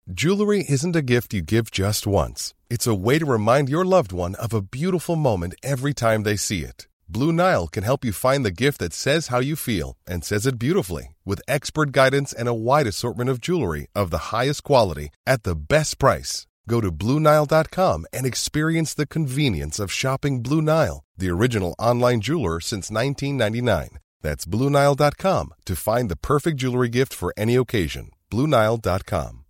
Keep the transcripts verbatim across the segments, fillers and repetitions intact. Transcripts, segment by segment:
Jewelry isn't a gift you give just once. It's a way to remind your loved one of a beautiful moment every time they see it. Blue Nile can help you find the gift that says how you feel and says it beautifully, with expert guidance and a wide assortment of jewelry of the highest quality at the best price. Go to Blue Nile dot com and experience the convenience of shopping Blue Nile, the original online jeweler since nineteen ninety-nine. That's Blue Nile dot com to find the perfect jewelry gift for any occasion. Blue Nile dot com.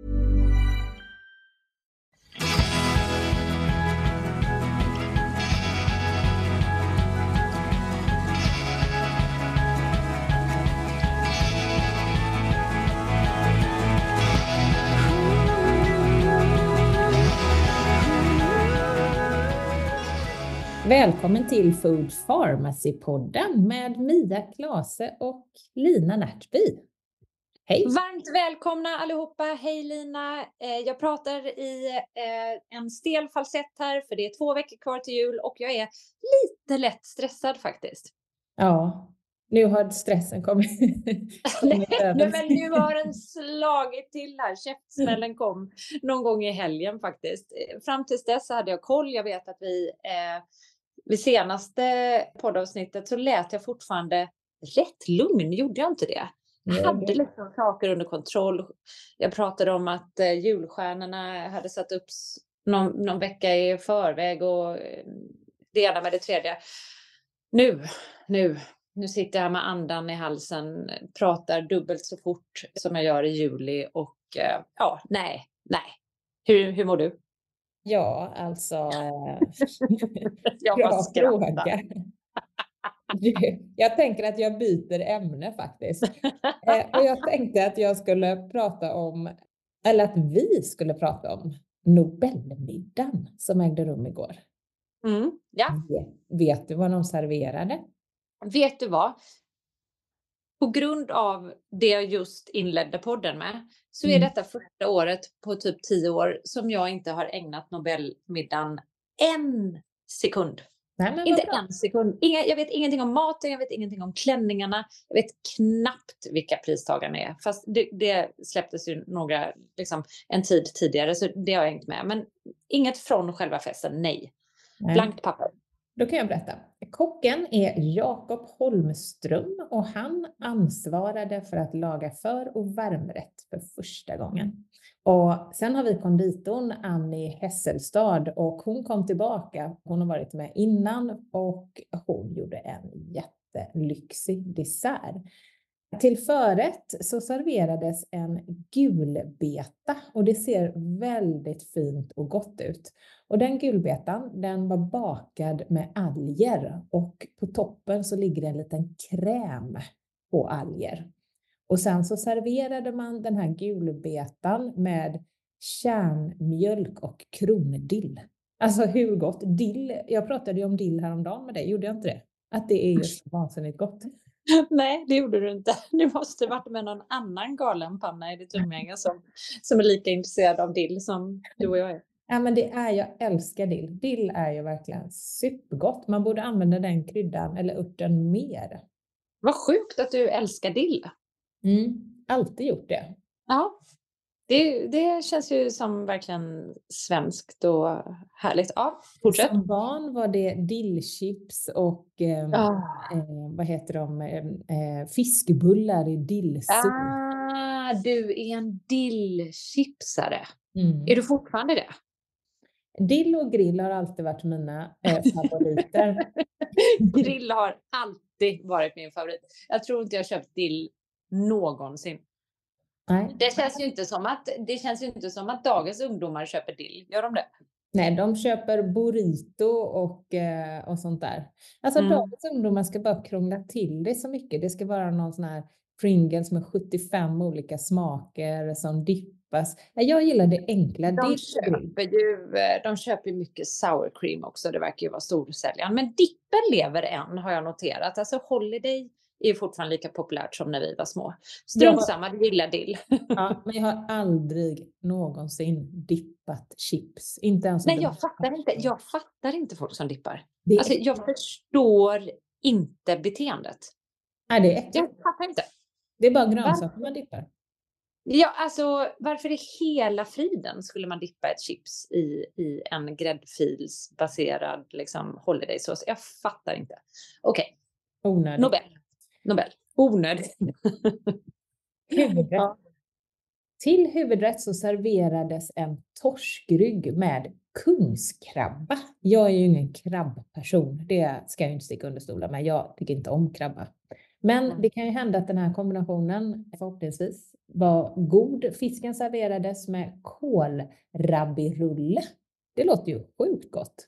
Välkommen till Food Pharmacy-podden med Mia Klase och Lina Närtby. Hej! Varmt välkomna allihopa. Hej Lina. Jag pratar i en stel falsett här för det är två veckor kvar till jul och jag är lite lätt stressad faktiskt. Ja, nu har stressen kommit. Nej, men nu har den slagit till här. Käftsmällen kom någon gång i helgen faktiskt. Fram tills dess hade jag koll. Jag vet att vi... Eh, vid senaste poddavsnittet så lät jag fortfarande rätt lugn, gjorde jag inte det? Jag hade liksom saker under kontroll. Jag pratade om att eh, julstjärnorna hade satt upp någon, någon vecka i förväg och eh, det ena med det tredje. Nu, nu, nu sitter jag här med andan i halsen, pratar dubbelt så fort som jag gör i juli och eh, ja, nej, nej. Hur, hur mår du? Ja, alltså... jag bara fråga. Jag tänker att jag byter ämne faktiskt. Och jag tänkte att jag skulle prata om, eller att vi skulle prata om Nobelmiddagen som ägde rum igår. Mm, ja. Vet du vad de serverade? Vet du vad? På grund av det jag just inledde podden med så är mm. detta första året på typ tio år som jag inte har ägnat Nobelmiddagen en sekund. Nej, inte en sekund. Inga, jag vet ingenting om maten, jag vet ingenting om klänningarna. Jag vet knappt vilka pristagarna är. Fast det, det släpptes ju några, liksom, en tid tidigare så det har jag hängt med. Men inget från själva festen, nej. nej. Blankt papper. Då kan jag berätta. Kocken är Jakob Holmström och han ansvarade för att laga för- och värmrätt för första gången. Och sen har vi konditorn Annie Hesselstad och hon kom tillbaka. Hon har varit med innan och hon gjorde en jättelyxig dessert. Till förrätt så serverades en gulbeta och det ser väldigt fint och gott ut. Och den gulbetan, den var bakad med alger och på toppen så ligger en liten kräm på alger. Och sen så serverade man den här gulbetan med kärnmjölk och krondill. Alltså hur gott? Dill, jag pratade ju om dill häromdagen med dig, gjorde jag inte det? Att det är just vansinnigt gott. Nej, det gjorde du inte. Du måste varit med någon annan galen panna i ditt umgänge som, som är lika intresserad av dill som du och jag är. Ja, men det är, jag älskar dill. Dill är ju verkligen supergott. Man borde använda den kryddan eller örten mer. Vad sjukt att du älskar dill. Mm, alltid gjort det. Ja, det, det känns ju som verkligen svenskt och härligt. Ja, fortsätt. Som barn var det dillchips och eh, oh. eh, vad heter de? Eh, fiskbullar i dillsås. Ah, du är en dillchipsare. Mm. Är du fortfarande det? Dill och grill har alltid varit mina eh, favoriter. Grill har alltid varit min favorit. Jag tror inte jag har köpt dill någonsin. Nej. Det känns ju inte som att det känns ju inte som att dagens ungdomar köper dill. Gör de det? Nej, de köper burrito och, eh, och sånt där. Alltså mm. dagens ungdomar ska bara krångla till det så mycket. Det ska vara någon sån här Pringles med sjuttiofem olika smaker som dippas. Jag gillar det enkla. De, det köper, ju, de köper mycket sour cream också. Det verkar ju vara storsäljaren. Men dippen lever än, har jag noterat. Alltså Holiday är ju fortfarande lika populärt som när vi var små. Strunt samma, du gillar dill. Ja, men jag har aldrig någonsin dippat chips. Inte ens. Nej, jag fattar inte. Jag fattar inte folk som dippar. Det alltså, jag förstår inte beteendet. Nej, det är äckligt. Jag fattar inte. Det är bara grönsaker man dippar. Ja, alltså varför i hela friden skulle man dippa ett chips i, i en gräddfilsbaserad liksom holidaysås? Jag fattar inte. Okej. Onödigt. Nobel. Nobel. Onödigt. Huvudrätt. Ja. Till huvudrätt så serverades en torskrygg med kungskrabba. Jag är ju ingen krabbperson, det ska jag inte sticka under stolen med. Jag tycker inte om krabba. Men Mm. det kan ju hända att den här kombinationen förhoppningsvis var god. Fisken serverades med kålrabbirulle. Det låter ju sjukt gott.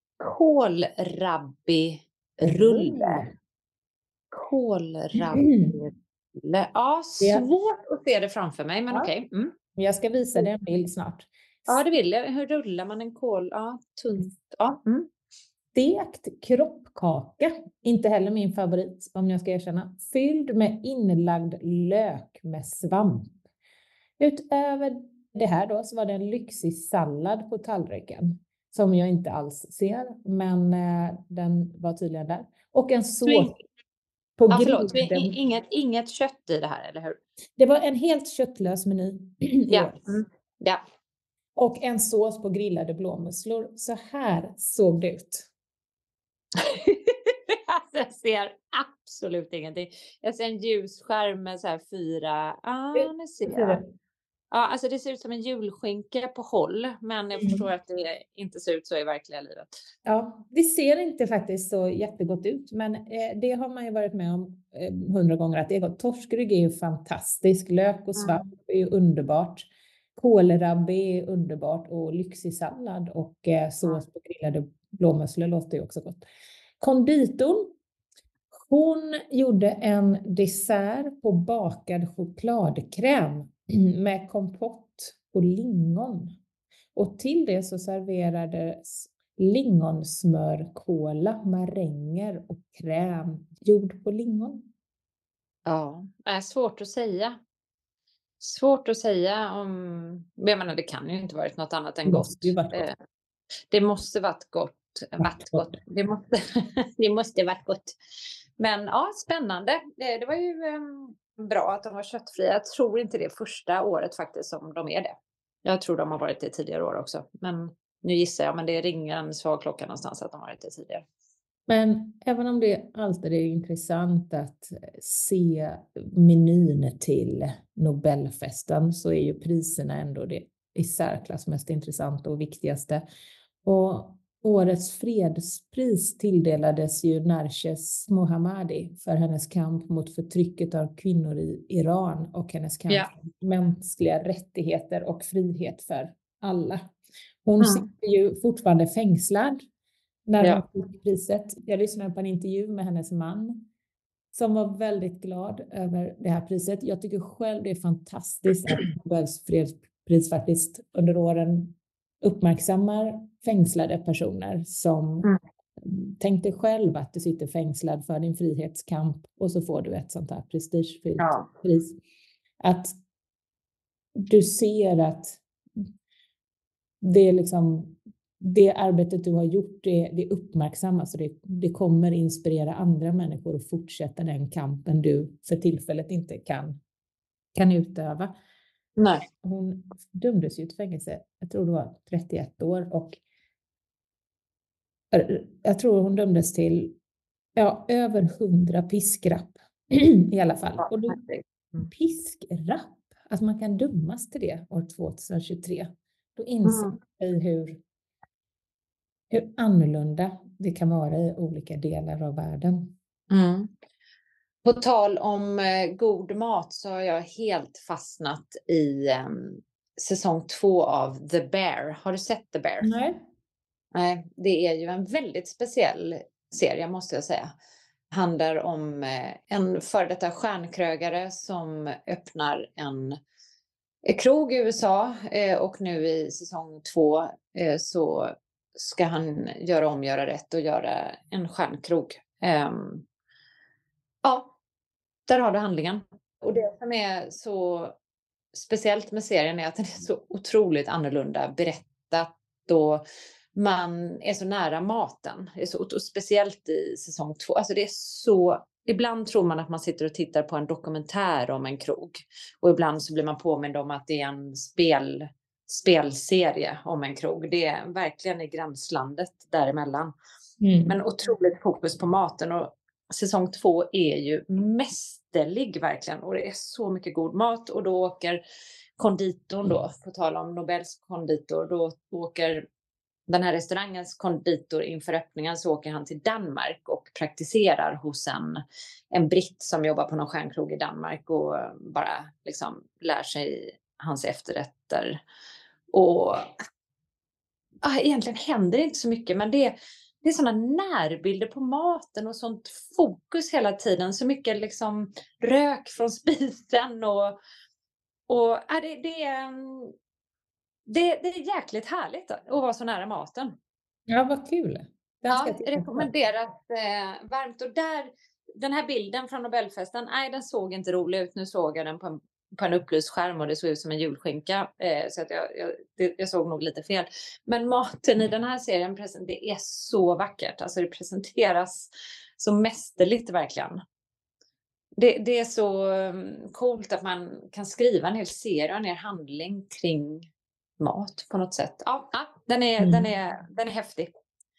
Kålrabbirulle. Kålrabbirulle. Ja, svårt att se det framför mig, men Ja. okej. Okay. Mm. Jag ska visa dig en bild snart. Ja, det vill jag. Hur rullar man en kål? Ja, tunt. Ja. Mm. Stekt kroppkaka, inte heller min favorit om jag ska erkänna. Fylld med inlagd lök med svamp. Utöver det här då så var det en lyxig sallad på tallriken. Som jag inte alls ser, men eh, den var tydligen där. Och en sås på ja, förlåt, grillen. Inget, inget kött i det här, eller hur? Det var en helt köttlös meny. Ja. Mm. Ja. Och en sås på grillade blåmusslor. Så här såg det ut. Jag ser absolut ingenting. Jag ser en ljusskärm med så här fyra. Ah, nu ser jag. Ja, alltså det ser ut som en julskinka på håll, men jag förstår att det inte ser ut så i verkliga livet. Ja, det ser inte faktiskt så jättegott ut, men eh, det har man ju varit med om eh, hundra gånger att det är gott. Torskrygg är ju fantastisk, lök och svamp är ju underbart. Kålrabbi är underbart och lyxig sallad och eh, sås på grillade blåmusslor låter ju också gott. Konditorn, hon gjorde en dessert på bakad chokladkräm med kompott och lingon. Och till det så serverades lingonsmörkola, maränger och kräm gjord på lingon. Ja, det är svårt att säga. Svårt att säga om... Jag menar, det kan ju inte varit något annat än Det gott. måste ju varit gott. Det måste varit gott. Varit gott. Det måste, det måste varit gott. Men ja, spännande. Det, det var ju um, bra att de var köttfria. Jag tror inte det är första året faktiskt som de är det. Jag tror de har varit det tidigare år också. Men nu gissar jag, men det ringer en svag klocka någonstans att de har varit det tidigare. Men även om det alltid är intressant att se menyn till Nobelfesten så är ju priserna ändå det i särklass mest intressanta och viktigaste. Och årets fredspris tilldelades ju Narges Mohammadi för hennes kamp mot förtrycket av kvinnor i Iran och hennes kamp Ja. för mänskliga rättigheter och frihet för alla. Hon Mm. sitter ju fortfarande fängslad när Ja. hon fick priset. Jag lyssnade på en intervju med hennes man som var väldigt glad över det här priset. Jag tycker själv det är fantastiskt att Nobels fredspris faktiskt under åren uppmärksammar fängslade personer som mm. tänkte själv att du sitter fängslad för din frihetskamp och så får du ett sånt här prestigefyllt Ja. pris. Att du ser att det är liksom det arbetet du har gjort, det, det uppmärksammas och det, det kommer inspirera andra människor att fortsätta den kampen du för tillfället inte kan, kan utöva. Nej. Hon dömdes ju till fängelse, jag tror det var trettioett år och jag tror hon dömdes till ja, över hundra piskrapp i alla fall. Och du, piskrapp, att man kan dömas till det år tjugohundratjugotre. Då inser vi mm. hur, hur annorlunda det kan vara i olika delar av världen. Mm. På tal om eh, god mat så har jag helt fastnat i eh, säsong två av The Bear. Har du sett The Bear? Nej. Nej, det är ju en väldigt speciell serie måste jag säga. Handlar om eh, en före detta stjärnkrögare som öppnar en eh, krog i U S A eh, och nu i säsong två eh, så ska han göra om, göra rätt och göra en stjärnkrog. Eh, ja, där har du handlingen. Och det som är så speciellt med serien är att den är så otroligt annorlunda berättat och man är så nära maten. Det är så speciellt i säsong två. Alltså det är så ibland tror man att man sitter och tittar på en dokumentär om en krog. Och ibland så blir man påmind om att det är en spel, spelserie om en krog. Det är verkligen i gränslandet däremellan. Mm. Men otroligt fokus på maten. Och säsong två är ju mästerlig verkligen. Och det är så mycket god mat. Och då åker konditorn då, på tal om Nobels konditor, då åker den här restaurangens konditor inför öppningen, så åker han till Danmark och praktiserar hos en, en britt som jobbar på någon stjärnkrog i Danmark och bara liksom lär sig hans efterrätter. Och ah, egentligen händer det inte så mycket, men det, det är sådana närbilder på maten och sånt fokus hela tiden. Så mycket liksom rök från spisen och, och ah, det, det är... Det, det är jäkligt härligt att vara så nära maten. Ja, vad kul. Ja, rekommenderat eh, varmt. Och där, den här bilden från Nobelfesten, nej, den såg inte rolig ut. Nu såg jag den på en, på en upplyst skärm och det såg ut som en julskinka. Eh, så att jag, jag, det, jag såg nog lite fel. Men maten i den här serien, det är så vackert. Alltså det presenteras så mästerligt verkligen. Det, det är så coolt att man kan skriva en hel serie och en hel handling kring mat på något sätt. Ja, ja den, är, mm. den, är, den är häftig.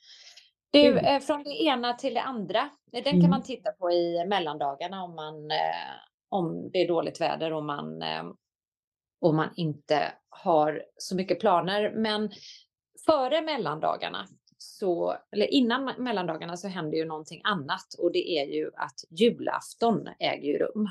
Du, mm. från det ena till det andra. Den mm. kan man titta på i mellandagarna om, man, eh, om det är dåligt väder och man, eh, och man inte har så mycket planer. Men före mellandagarna, så, eller innan mellandagarna, så händer ju någonting annat. Och det är ju att julafton äger ju rum.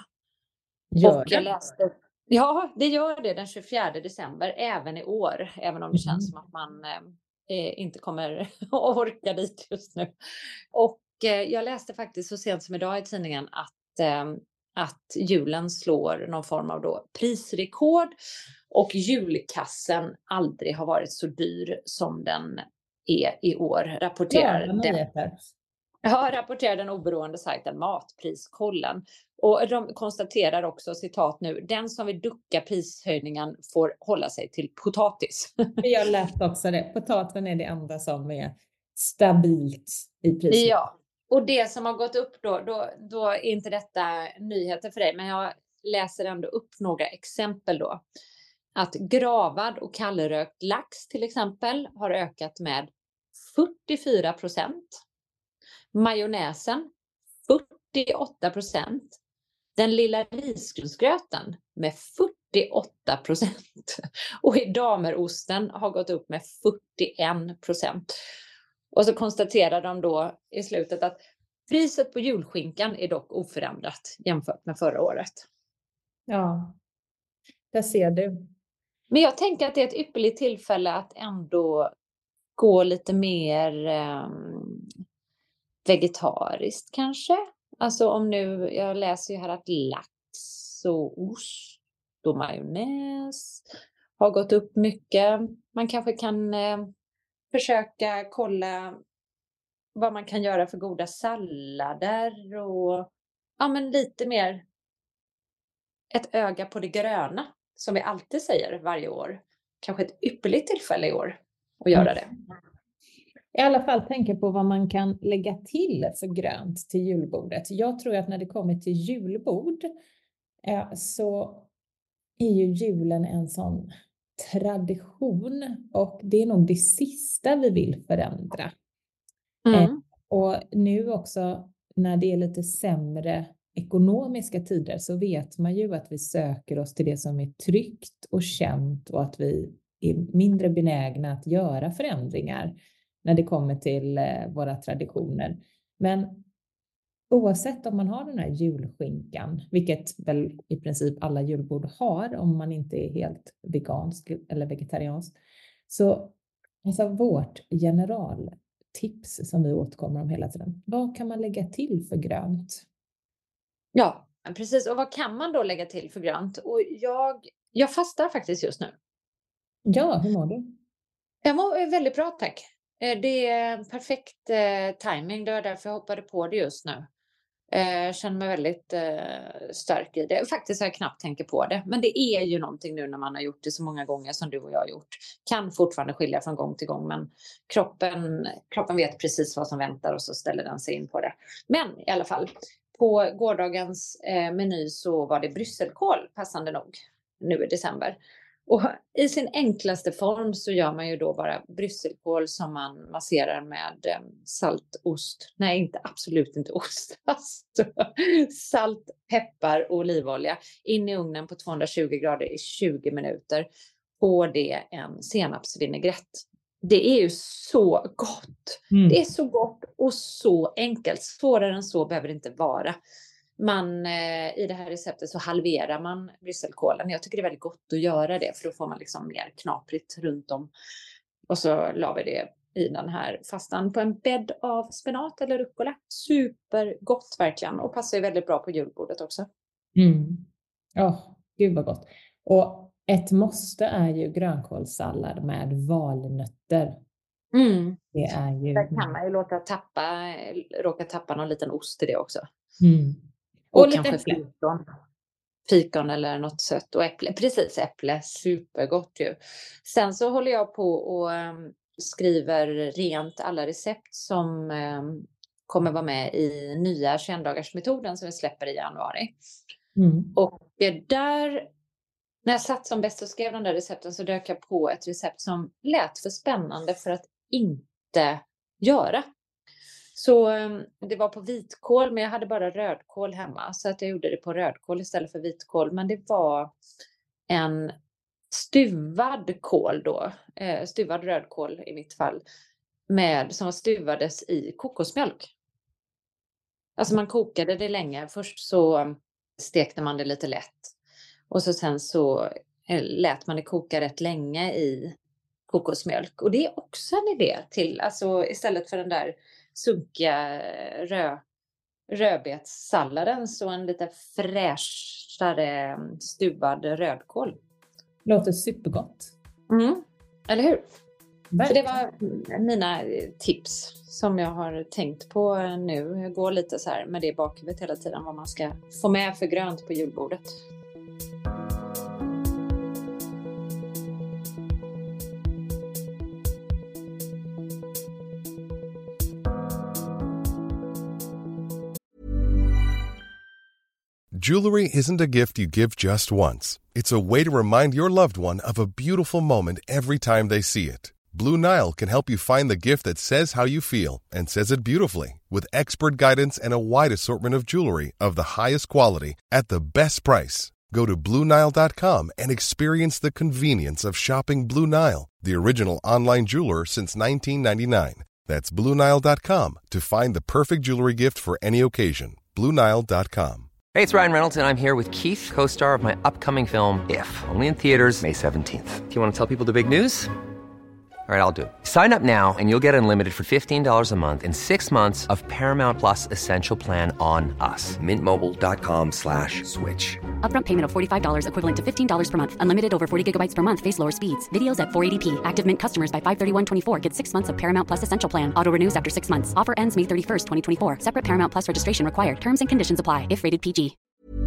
Gör och jag läste... Ja, det gör det den tjugofjärde december, även i år. Även om det känns mm. som att man eh, inte kommer att orka dit just nu. Och eh, jag läste faktiskt så sent som idag i tidningen att, eh, att julen slår någon form av då prisrekord. Och julkassen aldrig har varit så dyr som den är i år, rapporterar ja, den. Ja, rapporterar den oberoende sajten Matpriskollen. Och de konstaterar också, citat nu, den som vill ducka prishöjningen får hålla sig till potatis. Jag läste också det. Potatisen är det enda som är stabilt i priset. Ja, och det som har gått upp då, då, då är inte detta nyheter för dig, men jag läser ändå upp några exempel då. Att gravad och kallrökt lax till exempel har ökat med fyrtiofyra procent. Majonnäsen fyrtioåtta procent. Den lilla risgrynsgröten med fyrtioåtta procent. Och i damerosten har gått upp med fyrtioen procent. Och så konstaterar de då i slutet att priset på julskinkan är dock oförändrat jämfört med förra året. Ja, där ser du. Men jag tänker att det är ett ypperligt tillfälle att ändå gå lite mer eh, vegetariskt kanske. Alltså om nu, jag läser ju här att lax och ost och majonnäs har gått upp mycket. Man kanske kan eh, försöka kolla vad man kan göra för goda sallader och ja, men lite mer ett öga på det gröna som vi alltid säger varje år. Kanske ett ypperligt tillfälle i år att göra det. I alla fall tänka på vad man kan lägga till för grönt till julbordet. Jag tror att när det kommer till julbord eh, så är ju julen en sån tradition. Och det är nog det sista vi vill förändra. Mm. Eh, och nu också när det är lite sämre ekonomiska tider så vet man ju att vi söker oss till det som är tryggt och känt och att vi är mindre benägna att göra förändringar när det kommer till eh, våra traditioner. Men oavsett om man har den här julskinkan, vilket väl i princip alla julbord har om man inte är helt vegansk eller vegetariansk, så alltså vårt generaltips som vi återkommer om hela tiden. Vad kan man lägga till för grönt? Ja, precis. Och vad kan man då lägga till för grönt? Och jag, jag fastar faktiskt just nu. Ja, hur mår du? Jag mår väldigt bra, tack. Det är perfekt eh, timing. Det var därför jag hoppade på det just nu. Jag eh, känner mig väldigt eh, stark i det. Faktiskt har jag knappt tänkt på det. Men det är ju någonting nu när man har gjort det så många gånger som du och jag har gjort. Kan fortfarande skilja från gång till gång. Men kroppen, kroppen vet precis vad som väntar och så ställer den sig in på det. Men i alla fall. på gårdagens eh, meny så var det brysselkål, passande nog, nu i december. Och i sin enklaste form så gör man ju då bara brysselkål som man masserar med eh, saltost. Nej, inte absolut inte ost. Alltså, salt, peppar och olivolja. In i ugnen på tvåhundratjugo grader i tjugo minuter. På det en senapsvinägrett. Det är ju så gott. Mm. Det är så gott och så enkelt. Svårare än så behöver det inte vara. Man, eh, i det här receptet så halverar man brysselkålen. Jag tycker det är väldigt gott att göra det. För då får man liksom mer knaprigt runt om. Och så la vi det i den här fastan på en bädd av spenat eller rucola. Supergott verkligen. Och passar ju väldigt bra på julbordet också. Mm. Oh, gud vad gott. Och ett måste är ju grönkålssallad med valnötter. Mm. Det är ju... Där kan man ju låta tappa, råka tappa någon liten ost i det också. Mm. Och, och kanske fikon. Fikon eller något sött och äpple. Precis, äpple. Supergott ju. Sen så håller jag på och um, skriver rent alla recept som um, kommer vara med i nya tjugoen-dagarsmetoden som vi släpper i januari. Mm. Och där... När jag satt som bäst och skrev de där recepten så dök jag på ett recept som lät för spännande för att inte göra. Så det var på vitkål, men jag hade bara rödkål hemma. Så att jag gjorde det på rödkål istället för vitkål. Men det var en stuvad kål då. Eh, stuvad rödkål i mitt fall. Med, som stuvades i kokosmjölk. Alltså man kokade det länge. Först så stekte man det lite lätt. Och så sen så lät man det koka rätt länge i kokosmjölk. Och det är också en idé till. Alltså istället för den där sunkiga rö, rödbetssalladen så en lite fräschare stuvad rödkål. Låter supergott. Mm. Eller hur? Så det var mina tips som jag har tänkt på nu. Jag går lite så här med det i bakhuvudet hela tiden. Vad man ska få med för grönt på julbordet. Jewelry isn't a gift you give just once. It's a way to remind your loved one of a beautiful moment every time they see it. Blue Nile can help you find the gift that says how you feel and says it beautifully with expert guidance and a wide assortment of jewelry of the highest quality at the best price. Go to Blue Nile dot com and experience the convenience of shopping Blue Nile, the original online jeweler since nineteen ninety-nine. That's Blue Nile dot com to find the perfect jewelry gift for any occasion. Blue Nile dot com. Hey, it's Ryan Reynolds, and I'm here with Keith, co-star of my upcoming film, If, only in theaters May seventeenth. Do you want to tell people the big news? All right, I'll do it. Sign up now and you'll get unlimited for fifteen dollars a month and six months of Paramount Plus Essential Plan on us. Mint Mobile dot com slash switch. Upfront payment of forty-five dollars equivalent to fifteen dollars per month. Unlimited over forty gigabytes per month. Face lower speeds. Videos at four eighty p. Active Mint customers by five thirty-one twenty-four get six months of Paramount Plus Essential Plan. Auto renews after six months. Offer ends May thirty-first, twenty twenty-four. Separate Paramount Plus registration required. Terms and conditions apply if rated P G.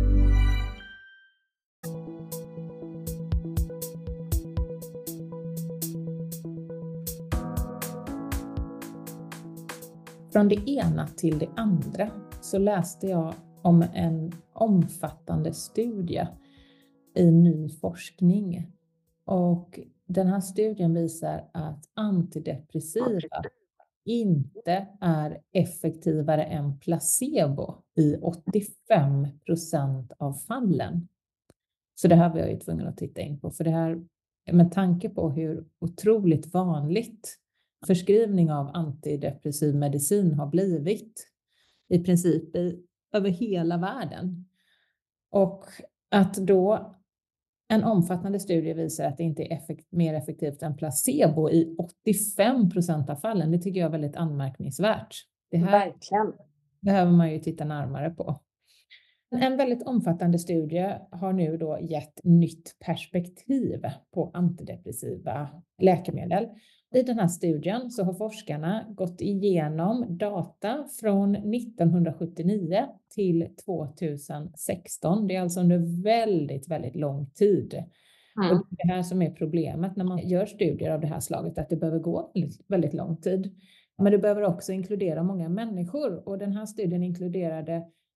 Från det ena till det andra så läste jag om en omfattande studie i ny forskning. Och den här studien visar att antidepressiva inte är effektivare än placebo i åttiofem procent av fallen. Så det här var jag ju tvungen att titta in på. För det här, med tanke på hur otroligt vanligt förskrivning av antidepressiv medicin har blivit i princip i, över hela världen. Och att då en omfattande studie visar att det inte är effekt, mer effektivt än placebo i åttiofem procent av fallen. Det tycker jag är väldigt anmärkningsvärt. Det här Verkligen. behöver man ju titta närmare på. En väldigt omfattande studie har nu då gett nytt perspektiv på antidepressiva läkemedel. I den här studien så har forskarna gått igenom data från nittonhundrasjuttionio till tvåtusensexton. Det är alltså under väldigt, väldigt lång tid. Mm. Och det här som är problemet när man gör studier av det här slaget, att det behöver gå väldigt, väldigt lång tid. Men det behöver också inkludera många människor. Och den här studien inkluderade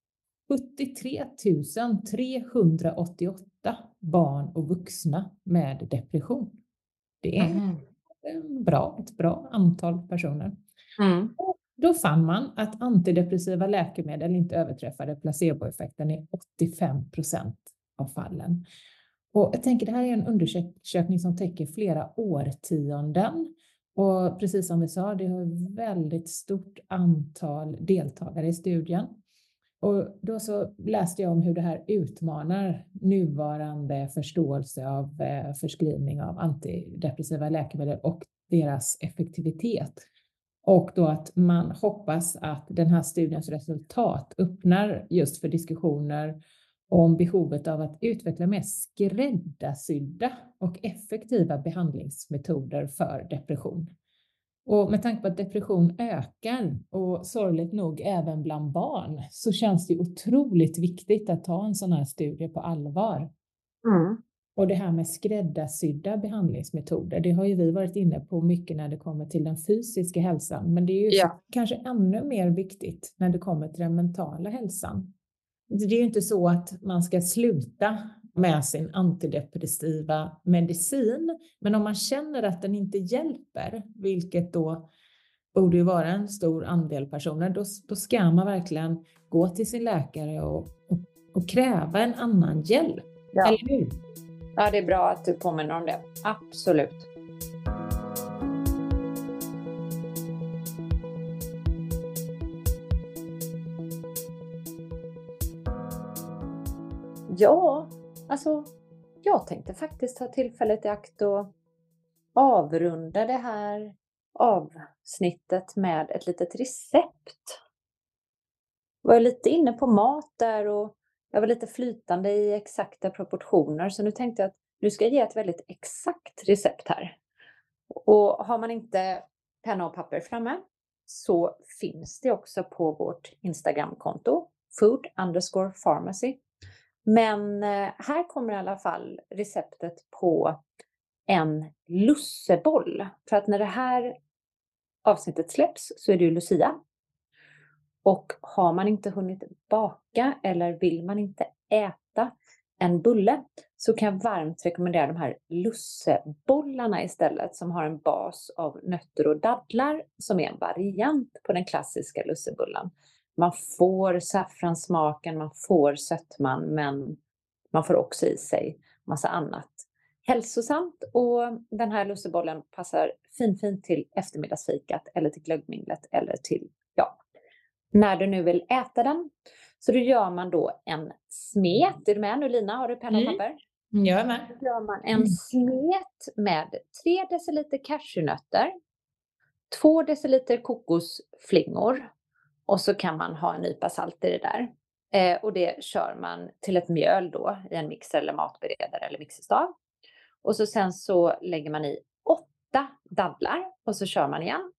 sjuttiotre tusen trehundraåttioåtta barn och vuxna med depression. Det är mm. bra, ett bra antal personer. Mm. Då fann man att antidepressiva läkemedel inte överträffade placeboeffekten i åttiofem procent av fallen. Och jag tänker det här är en undersökning som täcker flera årtionden. Och precis som vi sa, det har ett väldigt stort antal deltagare i studien. Och då så läste jag om hur det här utmanar nuvarande förståelse av eh, förskrivning av antidepressiva läkemedel och deras effektivitet. Och då att man hoppas att den här studiens resultat öppnar just för diskussioner om behovet av att utveckla mer skräddarsydda och effektiva behandlingsmetoder för depression. Och med tanke på att depression ökar och sorgligt nog även bland barn så känns det otroligt viktigt att ta en sån här studie på allvar. Mm. Och det här med skräddarsydda behandlingsmetoder, det har ju vi varit inne på mycket när det kommer till den fysiska hälsan. Men det är ju ja. kanske ännu mer viktigt när det kommer till den mentala hälsan. Det är ju inte så att man ska sluta med sin antidepressiva medicin. Men om man känner att den inte hjälper, vilket då borde ju vara en stor andel personer, då, då ska man verkligen gå till sin läkare och, och, och kräva en annan hjälp. Ja. Eller hur? Ja, det är bra att du påminner om det. Absolut. Ja, alltså jag tänkte faktiskt ta tillfället i akt och avrunda det här avsnittet med ett litet recept. Jag var lite inne på mat där och jag var lite flytande i exakta proportioner. Så nu tänkte jag att nu ska jag ge ett väldigt exakt recept här. Och har man inte penna och papper framme så finns det också på vårt Instagramkonto food underscore pharmacy. Men här kommer i alla fall receptet på en lusseboll. För att när det här avsnittet släpps så är det ju Lucia. Och har man inte hunnit baka eller vill man inte äta en bulle så kan jag varmt rekommendera de här lussebollarna istället. Som har en bas av nötter och dadlar som är en variant på den klassiska lussebullen. Man får saffransmaken, man får sötman, men man får också i sig massa annat hälsosamt. Och den här lussebollen passar fint fint till eftermiddagsfikat eller till glöggminglet eller till, ja, när du nu vill äta den. Så då gör man då en smet. Är du med nu Lina? Har du penna och papper? Mm. Jag är med. Då gör man en smet med tre deciliter cashewnötter, två deciliter kokosflingor. Och så kan man ha en nypa salt i det där. Eh, och det kör man till ett mjöl då i en mixer eller matberedare eller mixerstav. Och så sen så lägger man i åtta dadlar och så kör man igen.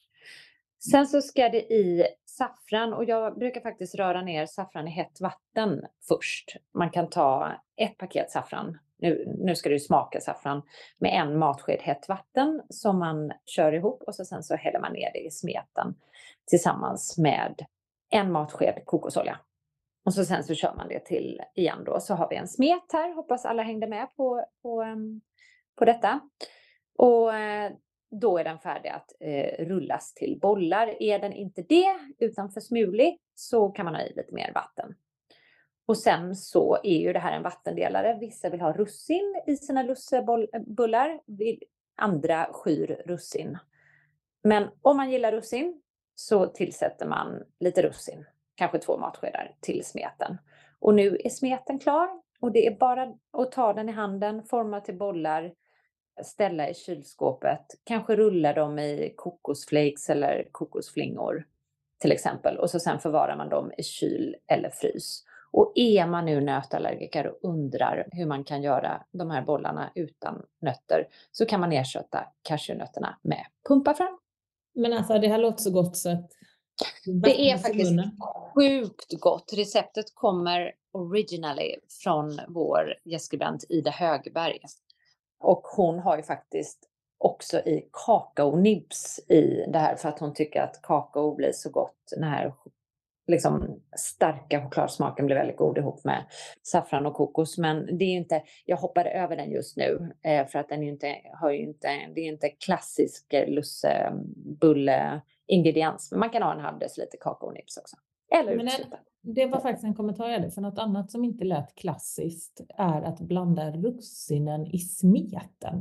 Sen så ska det i saffran och jag brukar faktiskt röra ner saffran i hett vatten först. Man kan ta ett paket saffran. Nu, nu ska du smaka saffran med en matsked hett vatten som man kör ihop och så sen så häller man ner det i smeten tillsammans med en matsked kokosolja. Och så sen så kör man det till igen då. Så har vi en smet här. Hoppas alla hängde med på, på, på detta. Och då är den färdig att eh, rullas till bollar. Är den inte det utan för smulig så kan man ha i lite mer vatten. Och sen så är ju det här en vattendelare. Vissa vill ha russin i sina lussebullar. Andra skyr russin. Men om man gillar russin så tillsätter man lite russin. Kanske två matskedar till smeten. Och nu är smeten klar. Och det är bara att ta den i handen, forma till bollar, ställa i kylskåpet. Kanske rulla dem i kokosflakes eller kokosflingor till exempel. Och så sen förvarar man dem i kyl eller frys. Och är man nu nötallergiker och undrar hur man kan göra de här bollarna utan nötter så kan man ersätta cashewnötterna med pumpafrön. Men alltså det här låter så gott så att... Det är faktiskt sjukt gott. Receptet kommer originally från vår gästskribent Ida Högberg. Och hon har ju faktiskt också i kakaonibs i det här för att hon tycker att kakao blir så gott när liksom starka chokladsmaken blir väldigt god ihop med saffran och kokos. Men det är inte, jag hoppar över den just nu eh, för att den är inte, har ju inte, det är inte klassisk lussebulle ingrediens. Men man kan ha en halv deciliter kakaonips också. Eller Men en, det var faktiskt en kommentar jag hade, för något annat som inte lät klassiskt är att blanda russinen i smeten.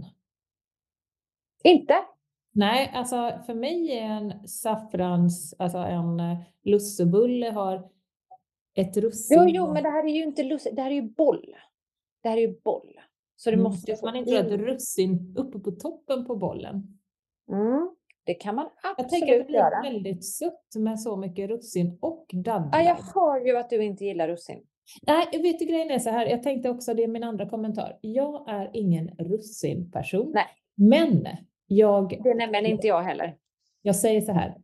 Inte? Nej, alltså för mig är en saffrans, alltså en lussebulle har ett russin. Jo, jo, men det här är ju inte lusse, det här är ju boll. Det här är ju boll. Så det Mm, måste ju man få inte ha ett russin uppe på toppen på bollen. Mm, det kan man absolut Jag tänker att det blir göra. väldigt sött med så mycket russin och dadlar. Ja, jag hör ju att du inte gillar russin. Nej, jag vet, grejen är så här. Jag tänkte också, det är min andra kommentar. Jag är ingen russinperson. Nej. Men jag... Det är nämligen inte jag heller. Jag säger så här.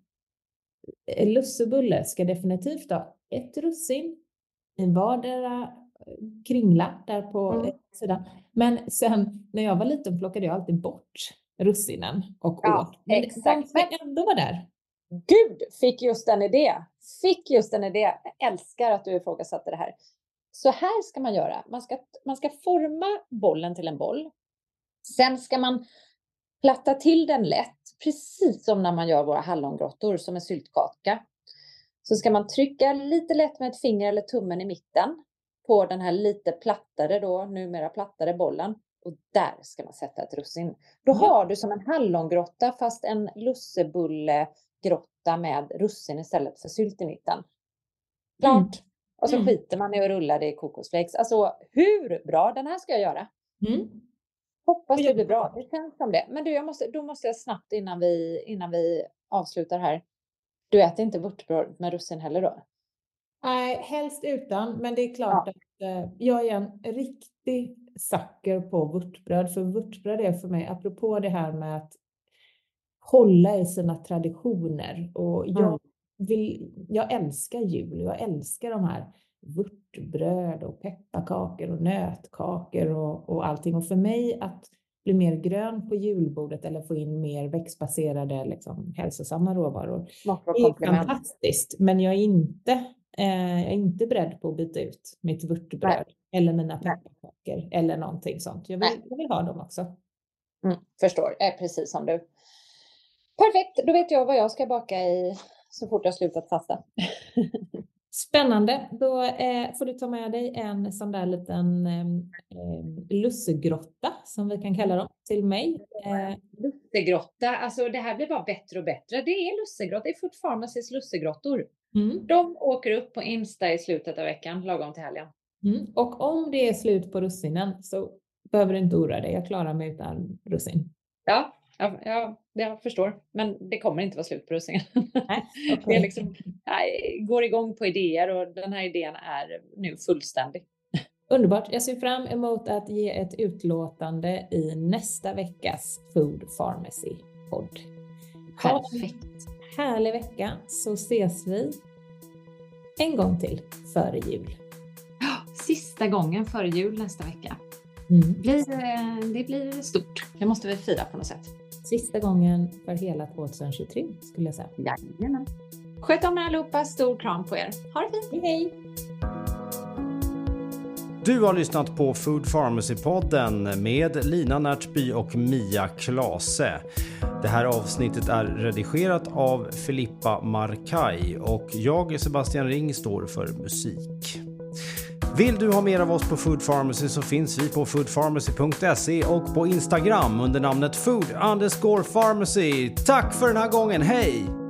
Lussebulle ska definitivt ha ett russin. En vardera kringla där på mm. sidan. Men sen när jag var liten plockade jag alltid bort russinen och ja, åt. Men exakt. Men ändå var där. Gud, fick just en idé. Fick just en idé. Jag älskar att du ifrågasatte det här. Så här ska man göra. Man ska, man ska forma bollen till en boll. Sen ska man platta till den lätt. Precis som när man gör våra hallongrottor som en syltkaka. Så ska man trycka lite lätt med ett finger eller tummen i mitten. På den här lite plattare då, numera plattare bollen. Och där ska man sätta ett russin. Då ja. har du som en hallongrotta fast en lussebullegrotta med russin istället för sylt i mitten. Klart. Mm. Och så mm. skiter man i att rulla det i kokosflakes. Alltså hur bra, den här ska jag göra. Mm. Hoppas det blir bra, det känns som det. Men du, jag måste, då måste jag snabbt innan vi, innan vi avslutar här. Du äter inte vörtbröd med russin heller då? Nej, helst utan. Men det är klart ja. att eh, jag är en riktig sacker på vörtbröd. För vörtbröd är för mig, apropå det här med att hålla i sina traditioner. Och jag, mm. vill, jag älskar jul. Jag älskar de här vörtbröd och pepparkakor och nötkakor och, och allting. Och för mig att bli mer grön på julbordet eller få in mer växtbaserade, liksom, hälsosamma råvaror. Det är fantastiskt. Men jag är inte, eh, jag är inte beredd på att byta ut mitt vörtbröd Nej. eller mina pepparkakor Nej. eller någonting sånt. Jag vill, jag vill ha dem också. Mm, förstår, jag är precis som du. Perfekt, då vet jag vad jag ska baka i så fort jag slutat fasta. Spännande. Då eh, får du ta med dig en sån där liten eh, lussegrotta som vi kan kalla dem till mig. Eh. Lussegrotta, alltså det här blir bara bättre och bättre. Det är lussegrotta, det är Food Pharmacys lussegrottor. Mm. De åker upp på Insta i slutet av veckan, lagom till helgen. Mm. Och om det är slut på russinen så behöver du inte oroa dig. Jag klarar mig utan russin. Ja. Ja, ja, jag förstår. Men det kommer inte vara slut på russinen. Nej, okay. Det är liksom, jag går igång på idéer och den här idén är nu fullständig. Underbart. Jag ser fram emot att ge ett utlåtande i nästa veckas Food Pharmacy-podd. Ha en härlig vecka så ses vi en gång till före jul. Sista gången före jul nästa vecka. Mm. Blir, det blir stort. Det måste vi fira på något sätt. Sista gången för hela tjugohundratjugotre skulle jag säga. Jajamän. Sköt om er allihopa. Stor kram på er. Ha det fint. Hej. Du har lyssnat på Food Pharmacy-podden med Lina Närtby och Mia Klase. Det här avsnittet är redigerat av Filippa Markaj och jag, Sebastian Ring, står för musik. Vill du ha mer av oss på Food Pharmacy så finns vi på food pharmacy punkt se och på Instagram under namnet food underscore pharmacy. Tack för den här gången, hej!